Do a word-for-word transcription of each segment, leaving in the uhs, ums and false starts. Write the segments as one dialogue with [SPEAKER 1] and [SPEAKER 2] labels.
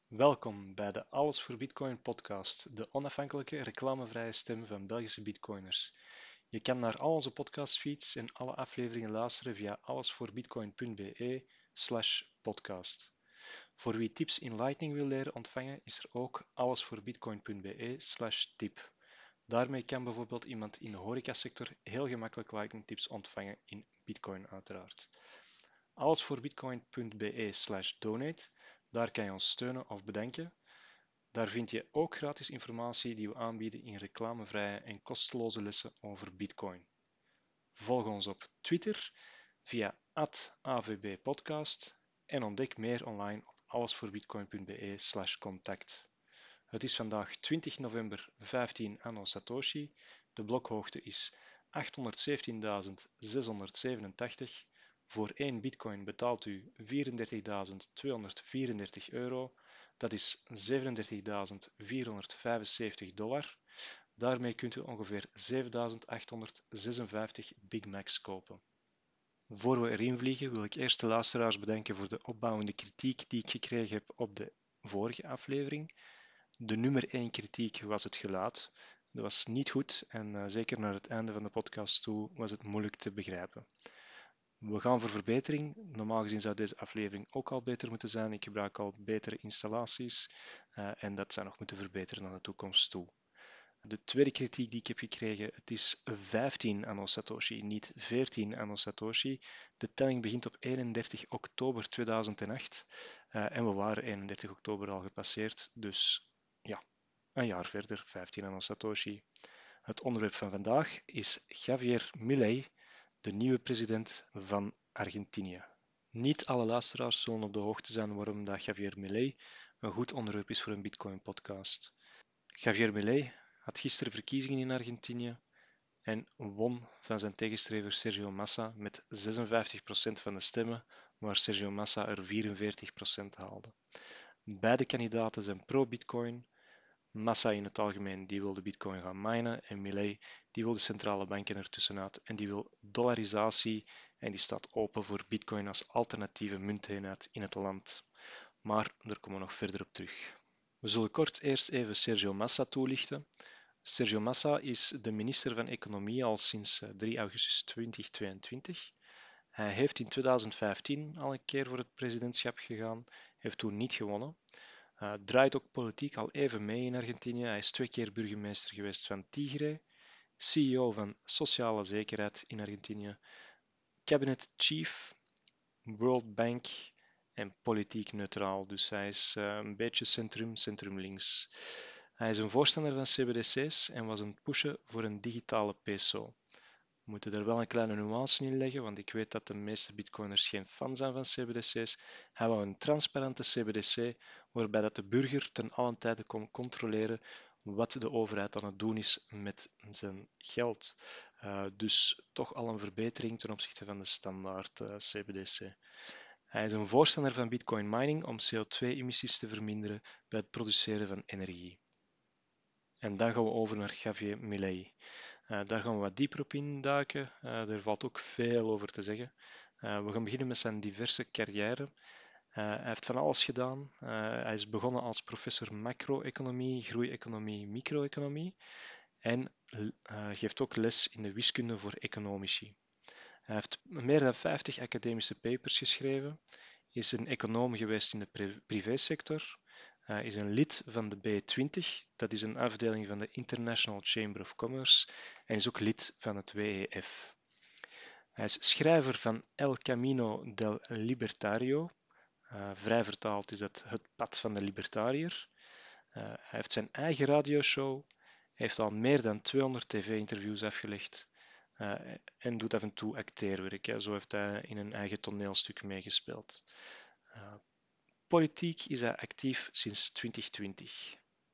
[SPEAKER 1] Welkom bij de Alles voor Bitcoin podcast, de onafhankelijke reclamevrije stem van Belgische bitcoiners. Je kan naar al onze podcastfeeds en alle afleveringen luisteren via allesvoorbitcoin.be slash podcast. Voor wie tips in Lightning wil leren ontvangen, is er ook allesvoorbitcoin.be slash tip. Daarmee kan bijvoorbeeld iemand in de horecasector heel gemakkelijk Lightning tips ontvangen in Bitcoin uiteraard. Allesvoorbitcoin.be slash donate. Daar kan je ons steunen of bedanken. Daar vind je ook gratis informatie die we aanbieden in reclamevrije en kosteloze lessen over Bitcoin. Volg ons op Twitter via at a v b podcast en ontdek meer online op allesvoorbitcoin.be slash contact. Het is vandaag twintig november vijftien anno Satoshi. De blokhoogte is achthonderdzeventienduizend zeshonderdzevenentachtig. Voor één bitcoin betaalt u vierendertigduizend tweehonderdvierendertig euro. Dat is zevenendertigduizend vierhonderdvijfenzeventig dollar. Daarmee kunt u ongeveer zevenduizend achthonderdzesenvijftig Big Macs kopen. Voor we erin vliegen wil ik eerst de luisteraars bedanken voor de opbouwende kritiek die ik gekregen heb op de vorige aflevering. De nummer één kritiek was het geluid. Dat was niet goed en uh, zeker naar het einde van de podcast toe was het moeilijk te begrijpen. We gaan voor verbetering. Normaal gezien zou deze aflevering ook al beter moeten zijn. Ik gebruik al betere installaties uh, en dat zou nog moeten verbeteren naar de toekomst toe. De tweede kritiek die ik heb gekregen, het is vijftien anno Satoshi, niet veertien anno Satoshi. De telling begint op eenendertig oktober tweeduizend acht uh, en we waren eenendertig oktober al gepasseerd, dus ja, een jaar verder, vijftien anno Satoshi. Het onderwerp van vandaag is Javier Milei, de nieuwe president van Argentinië. Niet alle luisteraars zullen op de hoogte zijn waarom dat Javier Milei een goed onderwerp is voor een Bitcoin-podcast. Javier Milei had gisteren verkiezingen in Argentinië en won van zijn tegenstrever Sergio Massa met zesenvijftig procent van de stemmen, waar Sergio Massa er vierenveertig procent haalde. Beide kandidaten zijn pro-Bitcoin. Massa in het algemeen die wil de Bitcoin gaan minen en Milei die wil de centrale banken ertussenuit en die wil dollarisatie en die staat open voor Bitcoin als alternatieve munteenheid in het land. Maar daar komen we nog verder op terug. We zullen kort eerst even Sergio Massa toelichten. Sergio Massa is de minister van Economie al sinds drie augustus tweeduizend tweeëntwintig. Hij heeft in tweeduizend vijftien al een keer voor het presidentschap gegaan, heeft toen niet gewonnen. Uh, draait ook politiek al even mee in Argentinië. Hij is twee keer burgemeester geweest van Tigre, C E O van Sociale Zekerheid in Argentinië, cabinet chief, World Bank en politiek neutraal. Dus hij is uh, een beetje centrum, centrum-links. Hij is een voorstander van C B D C's en was een pushen voor een digitale peso. We moeten er wel een kleine nuance in leggen, want ik weet dat de meeste bitcoiners geen fan zijn van C B D C's. Hij wou een transparante C B D C, waarbij dat de burger ten allen tijde kon controleren wat de overheid aan het doen is met zijn geld. Uh, dus toch al een verbetering ten opzichte van de standaard uh, C B D C. Hij is een voorstander van bitcoin mining om C O twee emissies te verminderen bij het produceren van energie. En dan gaan we over naar Javier Milei. Uh, daar gaan we wat dieper op induiken. Uh, er valt ook veel over te zeggen. Uh, we gaan beginnen met zijn diverse carrière. Uh, hij heeft van alles gedaan. Uh, hij is begonnen als professor macro-economie, groeieconomie, micro-economie en uh, geeft ook les in de wiskunde voor economici. Hij heeft meer dan vijftig academische papers geschreven, is een econoom geweest in de privésector, hij is een lid van de B twintig, dat is een afdeling van de International Chamber of Commerce, en is ook lid van het W E F. Hij is schrijver van El Camino del Libertario. Uh, vrij vertaald is dat het pad van de libertariër. Uh, hij heeft zijn eigen radioshow, heeft al meer dan tweehonderd tv-interviews afgelegd uh, en doet af en toe acteerwerk. Hè. Zo heeft hij in een eigen toneelstuk meegespeeld. Uh, politiek is hij actief sinds twintig twintig.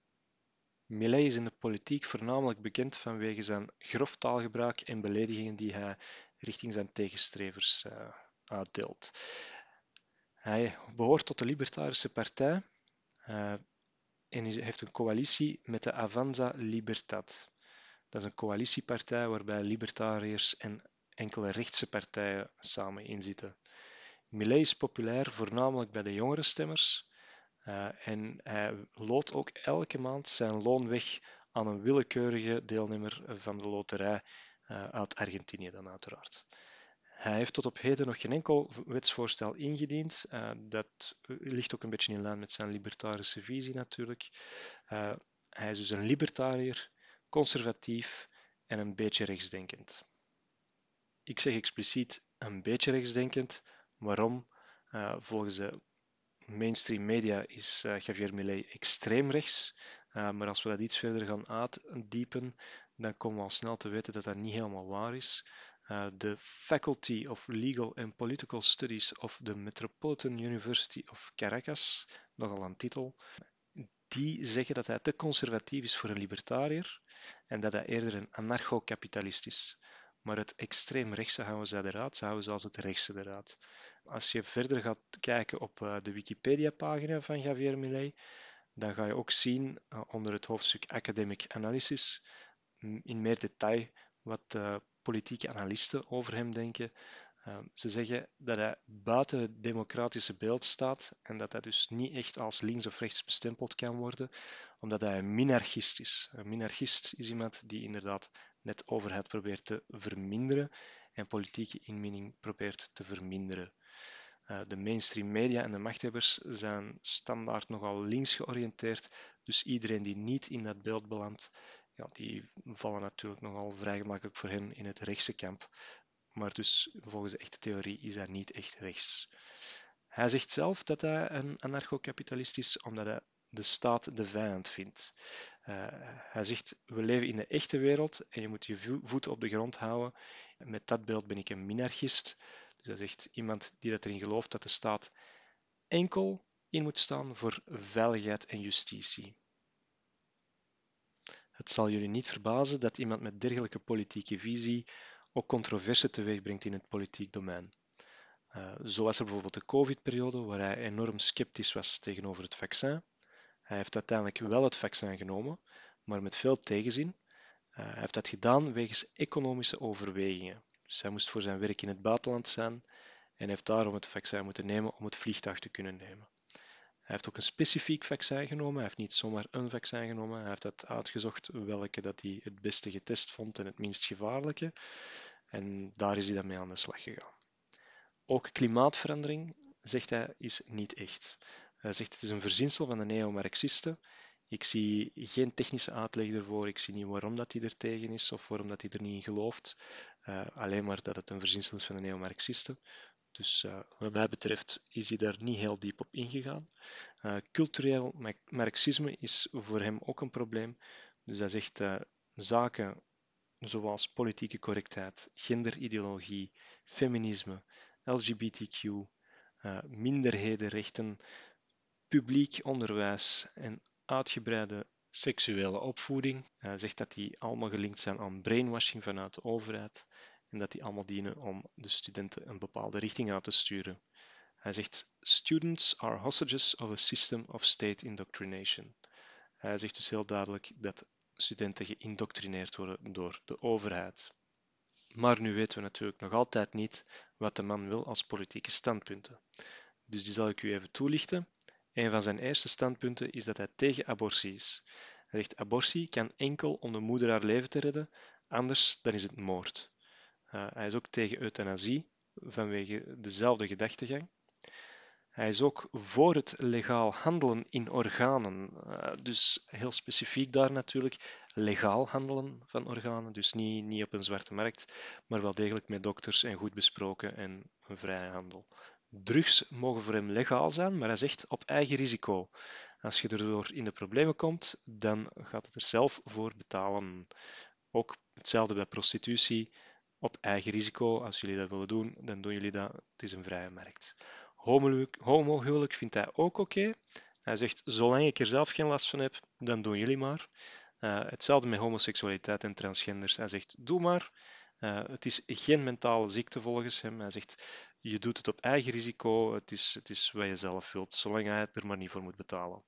[SPEAKER 1] Milei is in de politiek voornamelijk bekend vanwege zijn grof taalgebruik en beledigingen die hij richting zijn tegenstrevers uh, uitdeelt. Hij behoort tot de Libertarische Partij uh, en heeft een coalitie met de Avanza Libertad. Dat is een coalitiepartij waarbij libertariërs en enkele rechtse partijen samen inzitten. Milei is populair voornamelijk bij de jongere stemmers. Uh, en hij loot ook elke maand zijn loon weg aan een willekeurige deelnemer van de loterij uh, uit Argentinië dan uiteraard. Hij heeft tot op heden nog geen enkel wetsvoorstel ingediend. Uh, dat ligt ook een beetje in lijn met zijn libertarische visie natuurlijk. Uh, hij is dus een libertariër, conservatief en een beetje rechtsdenkend. Ik zeg expliciet een beetje rechtsdenkend. Waarom? Uh, volgens de mainstream media is uh, Javier Milei extreem rechts. Uh, maar als we dat iets verder gaan uitdiepen, dan komen we al snel te weten dat dat niet helemaal waar is. Uh, de Faculty of Legal and Political Studies of the Metropolitan University of Caracas, nogal een titel, die zeggen dat hij te conservatief is voor een libertariër en dat hij eerder een anarcho-kapitalist is. Maar het extreem rechtse houden zij eruit, ze houden zelfs het rechtse eruit. Als je verder gaat kijken op uh, de Wikipedia-pagina van Javier Milei, dan ga je ook zien uh, onder het hoofdstuk Academic Analysis in meer detail wat uh, politieke analisten over hem denken. Uh, ze zeggen dat hij buiten het democratische beeld staat en dat hij dus niet echt als links of rechts bestempeld kan worden, omdat hij een minarchist is. Een minarchist is iemand die inderdaad net overheid probeert te verminderen en politieke inmenging probeert te verminderen. Uh, de mainstream media en de machthebbers zijn standaard nogal links georiënteerd, dus iedereen die niet in dat beeld belandt, ja, die vallen natuurlijk nogal vrij gemakkelijk voor hen in het rechtse kamp. Maar dus volgens de echte theorie is hij niet echt rechts. Hij zegt zelf dat hij een anarcho-kapitalist is, omdat hij de staat de vijand vindt. Uh, hij zegt, we leven in de echte wereld en je moet je voeten op de grond houden. Met dat beeld ben ik een minarchist. Dus hij zegt, iemand die dat erin gelooft dat de staat enkel in moet staan voor veiligheid en justitie. Het zal jullie niet verbazen dat iemand met dergelijke politieke visie ook controverse teweegbrengt in het politiek domein. Uh, zo was er bijvoorbeeld de COVID-periode, waar hij enorm sceptisch was tegenover het vaccin. Hij heeft uiteindelijk wel het vaccin genomen, maar met veel tegenzin. Uh, hij heeft dat gedaan wegens economische overwegingen. Dus hij moest voor zijn werk in het buitenland zijn en heeft daarom het vaccin moeten nemen om het vliegtuig te kunnen nemen. Hij heeft ook een specifiek vaccin genomen. Hij heeft niet zomaar een vaccin genomen. Hij heeft dat uitgezocht welke dat hij het beste getest vond en het minst gevaarlijke. En daar is hij dan mee aan de slag gegaan. Ook klimaatverandering, zegt hij, is niet echt. Hij zegt het is een verzinsel van de neo-Marxisten. Ik zie geen technische uitleg ervoor. Ik zie niet waarom dat hij er tegen is of waarom dat hij er niet in gelooft. Uh, alleen maar dat het een verzinsel is van de neo-Marxisten. Dus uh, wat mij betreft is hij daar niet heel diep op ingegaan. Uh, cultureel marxisme is voor hem ook een probleem. Dus hij zegt uh, zaken zoals politieke correctheid, genderideologie, feminisme, L G B T Q, uh, minderhedenrechten, publiek onderwijs en uitgebreide seksuele opvoeding. Hij zegt dat die allemaal gelinkt zijn aan brainwashing vanuit de overheid en dat die allemaal dienen om de studenten een bepaalde richting uit te sturen. Hij zegt, students are hostages of a system of state indoctrination. Hij zegt dus heel duidelijk dat studenten geïndoctrineerd worden door de overheid. Maar nu weten we natuurlijk nog altijd niet wat de man wil als politieke standpunten. Dus die zal ik u even toelichten. Een van zijn eerste standpunten is dat hij tegen abortie is. Hij zegt, abortie kan enkel om de moeder haar leven te redden, anders dan is het moord. Uh, hij is ook tegen euthanasie, vanwege dezelfde gedachtegang. Hij is ook voor het legaal handelen in organen. Uh, dus heel specifiek daar natuurlijk. Legaal handelen van organen. Dus niet, niet op een zwarte markt, maar wel degelijk met dokters en goed besproken en een vrije handel. Drugs mogen voor hem legaal zijn, maar hij zegt op eigen risico. Als je erdoor in de problemen komt, dan gaat het er zelf voor betalen. Ook hetzelfde bij prostitutie. Op eigen risico. Als jullie dat willen doen, dan doen jullie dat. Het is een vrije markt. Homohuwelijk vindt hij ook oké. Okay. Hij zegt, zolang ik er zelf geen last van heb, dan doen jullie maar. Uh, hetzelfde met homoseksualiteit en transgenders. Hij zegt, doe maar. Uh, het is geen mentale ziekte volgens hem. Hij zegt, je doet het op eigen risico. Het is, het is wat je zelf wilt, zolang hij er maar niet voor moet betalen.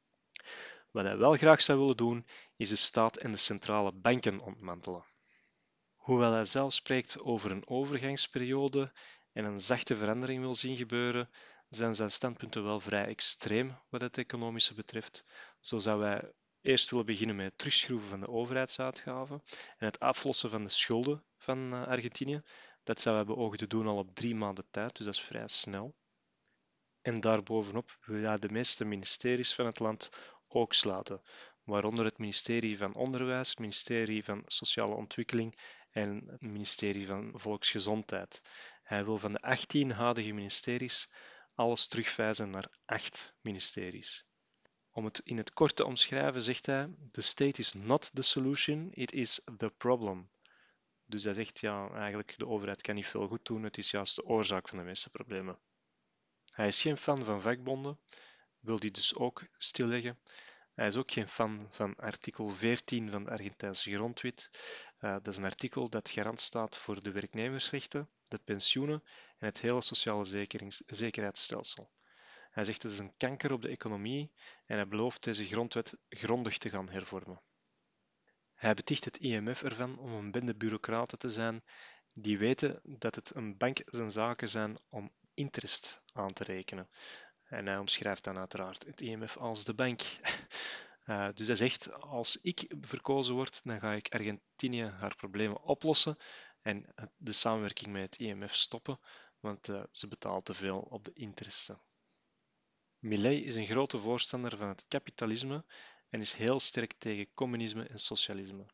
[SPEAKER 1] Wat hij wel graag zou willen doen, is de staat en de centrale banken ontmantelen. Hoewel hij zelf spreekt over een overgangsperiode en een zachte verandering wil zien gebeuren, zijn zijn standpunten wel vrij extreem wat het economische betreft. Zo zou hij eerst willen beginnen met het terugschroeven van de overheidsuitgaven en het aflossen van de schulden van uh, Argentinië. Dat zou hij beogen te doen al op drie maanden tijd, dus dat is vrij snel. En daarbovenop wil hij de meeste ministeries van het land ook sluiten, waaronder het ministerie van Onderwijs, het ministerie van Sociale Ontwikkeling en het ministerie van Volksgezondheid. Hij wil van de achttien huidige ministeries alles terugwijzen naar acht ministeries. Om het in het kort te omschrijven zegt hij: The state is not the solution, it is the problem. Dus hij zegt, ja, eigenlijk de overheid kan niet veel goed doen, het is juist de oorzaak van de meeste problemen. Hij is geen fan van vakbonden, wil die dus ook stilleggen. Hij is ook geen fan van artikel veertien van de Argentijnse grondwet. Uh, dat is een artikel dat garant staat voor de werknemersrechten, de pensioenen en het hele sociale zekerheidsstelsel. Hij zegt dat het is een kanker op de economie en hij belooft deze grondwet grondig te gaan hervormen. Hij beticht het I M F ervan om een bende bureaucraten te zijn die weten dat het een bank zijn zaken zijn om interest aan te rekenen. En hij omschrijft dan uiteraard het I M F als de bank. Uh, dus hij zegt, als ik verkozen word, dan ga ik Argentinië haar problemen oplossen en de samenwerking met het I M F stoppen, want uh, ze betaalt te veel op de interesten. Milei is een grote voorstander van het kapitalisme en is heel sterk tegen communisme en socialisme.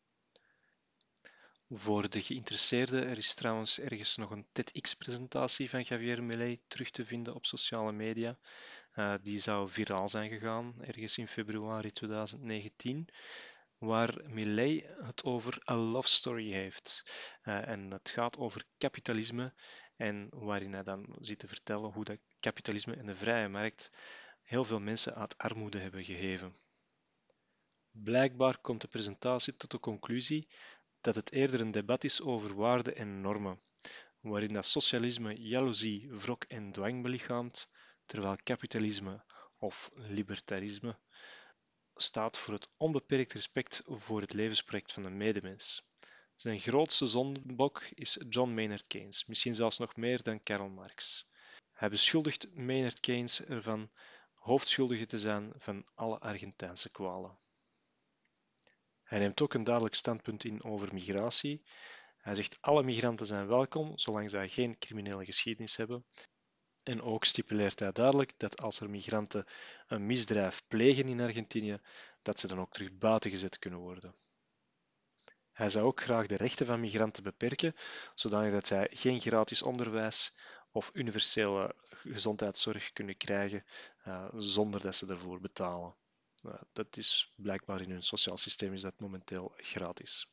[SPEAKER 1] Voor de geïnteresseerden, er is trouwens ergens nog een TEDx-presentatie van Javier Milei terug te vinden op sociale media. Uh, die zou viraal zijn gegaan, ergens in februari twintig negentien, waar Milei het over a love story heeft. Uh, en het gaat over kapitalisme en waarin hij dan zit te vertellen hoe dat kapitalisme en de vrije markt heel veel mensen uit armoede hebben geheven. Blijkbaar komt de presentatie tot de conclusie dat het eerder een debat is over waarden en normen, waarin dat socialisme jaloezie, wrok en dwang belichaamt, terwijl kapitalisme of libertarisme staat voor het onbeperkt respect voor het levensproject van de medemens. Zijn grootste zondebok is John Maynard Keynes, misschien zelfs nog meer dan Karl Marx. Hij beschuldigt Maynard Keynes ervan hoofdschuldige te zijn van alle Argentijnse kwalen. Hij neemt ook een duidelijk standpunt in over migratie. Hij zegt alle migranten zijn welkom, zolang zij geen criminele geschiedenis hebben. En ook stipuleert hij duidelijk dat als er migranten een misdrijf plegen in Argentinië, dat ze dan ook terug buiten gezet kunnen worden. Hij zou ook graag de rechten van migranten beperken, zodanig dat zij geen gratis onderwijs of universele gezondheidszorg kunnen krijgen uh, zonder dat ze ervoor betalen. Uh, dat is blijkbaar in hun sociaal systeem is dat momenteel gratis.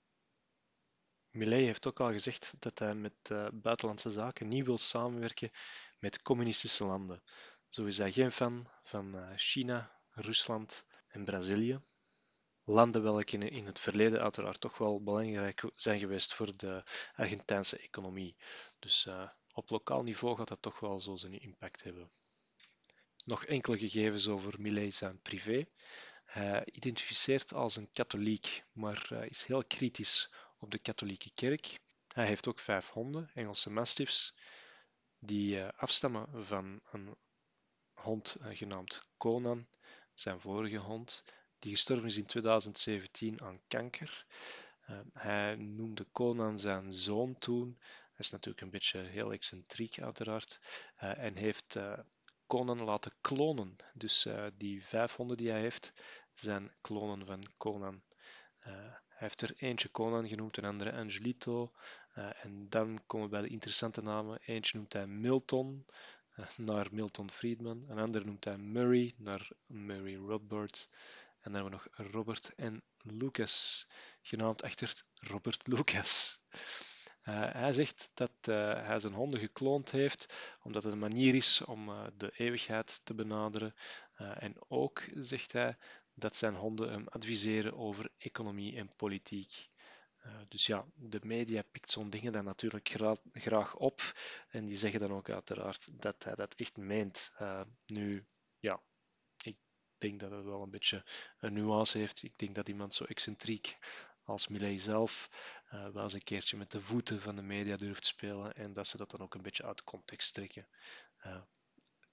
[SPEAKER 1] Milei heeft ook al gezegd dat hij met uh, buitenlandse zaken niet wil samenwerken met communistische landen. Zo is hij geen fan van uh, China, Rusland en Brazilië. Landen welke in het verleden uiteraard toch wel belangrijk zijn geweest voor de Argentijnse economie. Dus uh, op lokaal niveau gaat dat toch wel zo zijn impact hebben. Nog enkele gegevens over Milei zijn privé. Hij identificeert als een katholiek, maar uh, is heel kritisch op de katholieke kerk. Hij heeft ook vijf honden, Engelse mastiffs, die uh, afstammen van een hond uh, genaamd Conan, zijn vorige hond, die gestorven is in twintig zeventien aan kanker. Uh, hij noemde Conan zijn zoon toen. Hij is natuurlijk een beetje heel excentriek uiteraard. Uh, en heeft uh, Conan laten klonen. Dus uh, die vijf honden die hij heeft, zijn klonen van Conan. Uh, hij heeft er eentje Conan genoemd, een andere Angelito. Uh, en dan komen we bij de interessante namen. Eentje noemt hij Milton, uh, naar Milton Friedman. Een ander noemt hij Murray, naar Murray Rothbard. En dan hebben we nog Robert en Lucas, genaamd achter Robert Lucas. Uh, hij zegt dat uh, hij zijn honden gekloond heeft, omdat het een manier is om uh, de eeuwigheid te benaderen. Uh, en ook zegt hij dat zijn honden hem adviseren over economie en politiek. Uh, dus ja, de media pikt zo'n dingen dan natuurlijk gra graag op. En die zeggen dan ook uiteraard dat hij dat echt meent. Uh, nu, ja, ik denk dat het wel een beetje een nuance heeft. Ik denk dat iemand zo excentriek als Milei zelf uh, wel eens een keertje met de voeten van de media durft spelen en dat ze dat dan ook een beetje uit context trekken. Uh,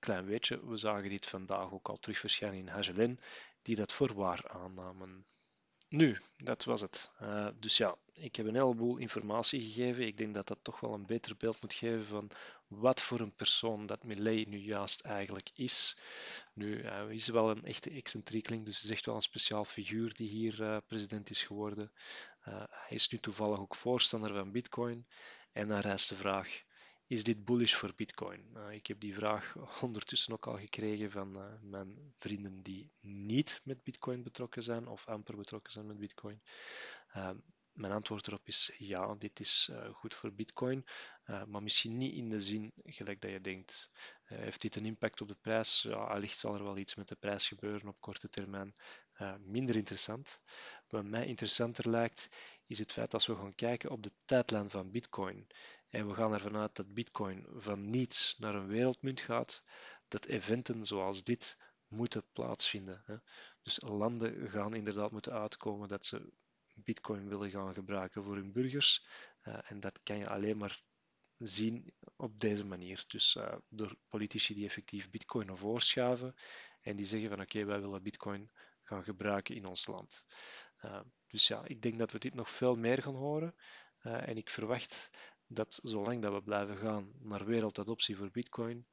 [SPEAKER 1] klein weetje, we zagen dit vandaag ook al terug verschijnen in H L N, die dat voor waar aannamen. Nu, dat was het. Uh, dus ja, ik heb een heleboel informatie gegeven. Ik denk dat dat toch wel een beter beeld moet geven van wat voor een persoon dat Milei nu juist eigenlijk is. Nu, uh, hij is wel een echte excentriekeling, dus het is echt wel een speciaal figuur die hier uh, president is geworden. Uh, hij is nu toevallig ook voorstander van Bitcoin. En dan rijst de vraag, is dit bullish voor Bitcoin? Uh, ik heb die vraag ondertussen ook al gekregen van uh, mijn vrienden die niet met Bitcoin betrokken zijn of amper betrokken zijn met Bitcoin. Uh, mijn antwoord erop is ja, dit is uh, goed voor Bitcoin, uh, maar misschien niet in de zin gelijk dat je denkt. Uh, heeft dit een impact op de prijs? Ja, allicht zal er wel iets met de prijs gebeuren op korte termijn. Uh, minder interessant. Wat mij interessanter lijkt, is het feit als we gaan kijken op de tijdlijn van Bitcoin en we gaan ervan uit dat Bitcoin van niets naar een wereldmunt gaat, dat eventen zoals dit moeten plaatsvinden. Hè. Dus landen gaan inderdaad moeten uitkomen dat ze Bitcoin willen gaan gebruiken voor hun burgers. Uh, en dat kan je alleen maar zien op deze manier. Dus uh, door politici die effectief Bitcoin naar voren schuiven en die zeggen van oké, okay, wij willen Bitcoin gaan gebruiken in ons land. Uh, dus ja, ik denk dat we dit nog veel meer gaan horen. Uh, en ik verwacht dat zolang dat we blijven gaan naar wereldadoptie voor Bitcoin,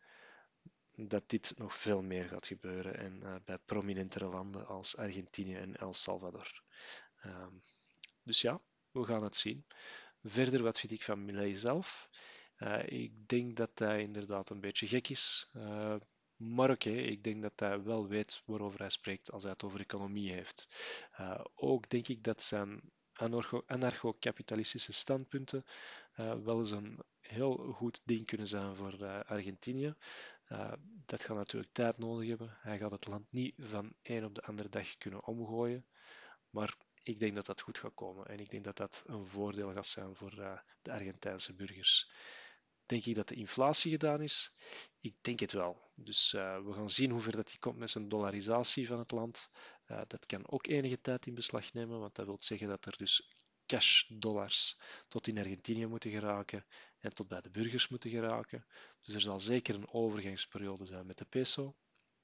[SPEAKER 1] dat dit nog veel meer gaat gebeuren en uh, bij prominentere landen als Argentinië en El Salvador. Um, dus ja, we gaan het zien. Verder, wat vind ik van Milei zelf? Uh, ik denk dat hij inderdaad een beetje gek is. Uh, maar oké, okay, ik denk dat hij wel weet waarover hij spreekt als hij het over economie heeft. Uh, ook denk ik dat zijn anarcho-kapitalistische standpunten uh, wel eens een heel goed ding kunnen zijn voor uh, Argentinië. Uh, dat gaat natuurlijk tijd nodig hebben. Hij gaat het land niet van een op de andere dag kunnen omgooien. Maar ik denk dat dat goed gaat komen en ik denk dat dat een voordeel gaat zijn voor uh, de Argentijnse burgers. Denk ik dat de inflatie gedaan is? Ik denk het wel. Dus uh, we gaan zien hoe ver dat die komt met zijn dollarisatie van het land. Uh, dat kan ook enige tijd in beslag nemen, want dat wil zeggen dat er dus cash dollars tot in Argentinië moeten geraken en tot bij de burgers moeten geraken. Dus er zal zeker een overgangsperiode zijn met de peso.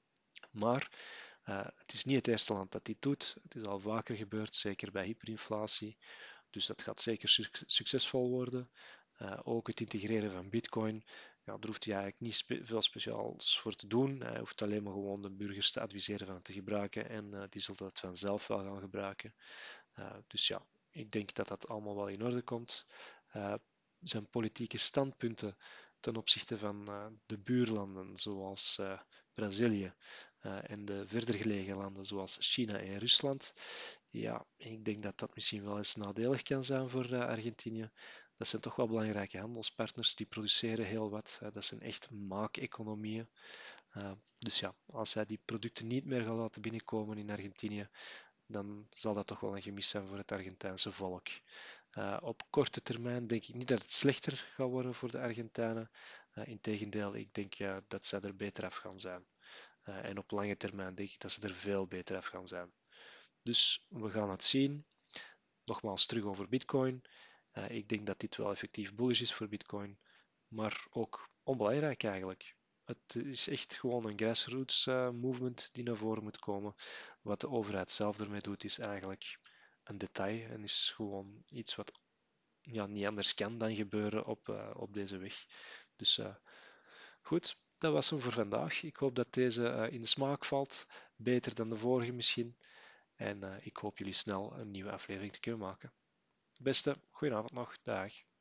[SPEAKER 1] Maar uh, het is niet het eerste land dat dit doet. Het is al vaker gebeurd, zeker bij hyperinflatie. Dus dat gaat zeker su succesvol worden. Uh, ook het integreren van Bitcoin, ja, daar hoeft hij eigenlijk niet spe veel speciaals voor te doen. Hij hoeft alleen maar gewoon de burgers te adviseren van het te gebruiken en uh, die zullen dat vanzelf wel gaan gebruiken. Uh, dus ja, ik denk dat dat allemaal wel in orde komt. Uh, zijn politieke standpunten ten opzichte van uh, de buurlanden zoals uh, Brazilië uh, en de verder gelegen landen zoals China en Rusland. Ja, ik denk dat dat misschien wel eens nadelig kan zijn voor uh, Argentinië. Dat zijn toch wel belangrijke handelspartners, die produceren heel wat. Hè. Dat zijn echt maakeconomieën. Uh, dus ja, als hij die producten niet meer gaat laten binnenkomen in Argentinië, dan zal dat toch wel een gemis zijn voor het Argentijnse volk. Uh, op korte termijn denk ik niet dat het slechter gaat worden voor de Argentijnen. Uh, integendeel, ik denk uh, dat zij er beter af gaan zijn. Uh, en op lange termijn denk ik dat ze er veel beter af gaan zijn. Dus we gaan het zien. Nogmaals terug over Bitcoin. Uh, ik denk dat dit wel effectief bullish is voor Bitcoin, maar ook onbelangrijk eigenlijk. Het is echt gewoon een grassroots uh, movement die naar voren moet komen. Wat de overheid zelf ermee doet is eigenlijk een detail en is gewoon iets wat ja, niet anders kan dan gebeuren op, uh, op deze weg. Dus uh, goed, dat was hem voor vandaag. Ik hoop dat deze uh, in de smaak valt, beter dan de vorige misschien. En uh, ik hoop jullie snel een nieuwe aflevering te kunnen maken. Beste, goedenavond nog. Dag.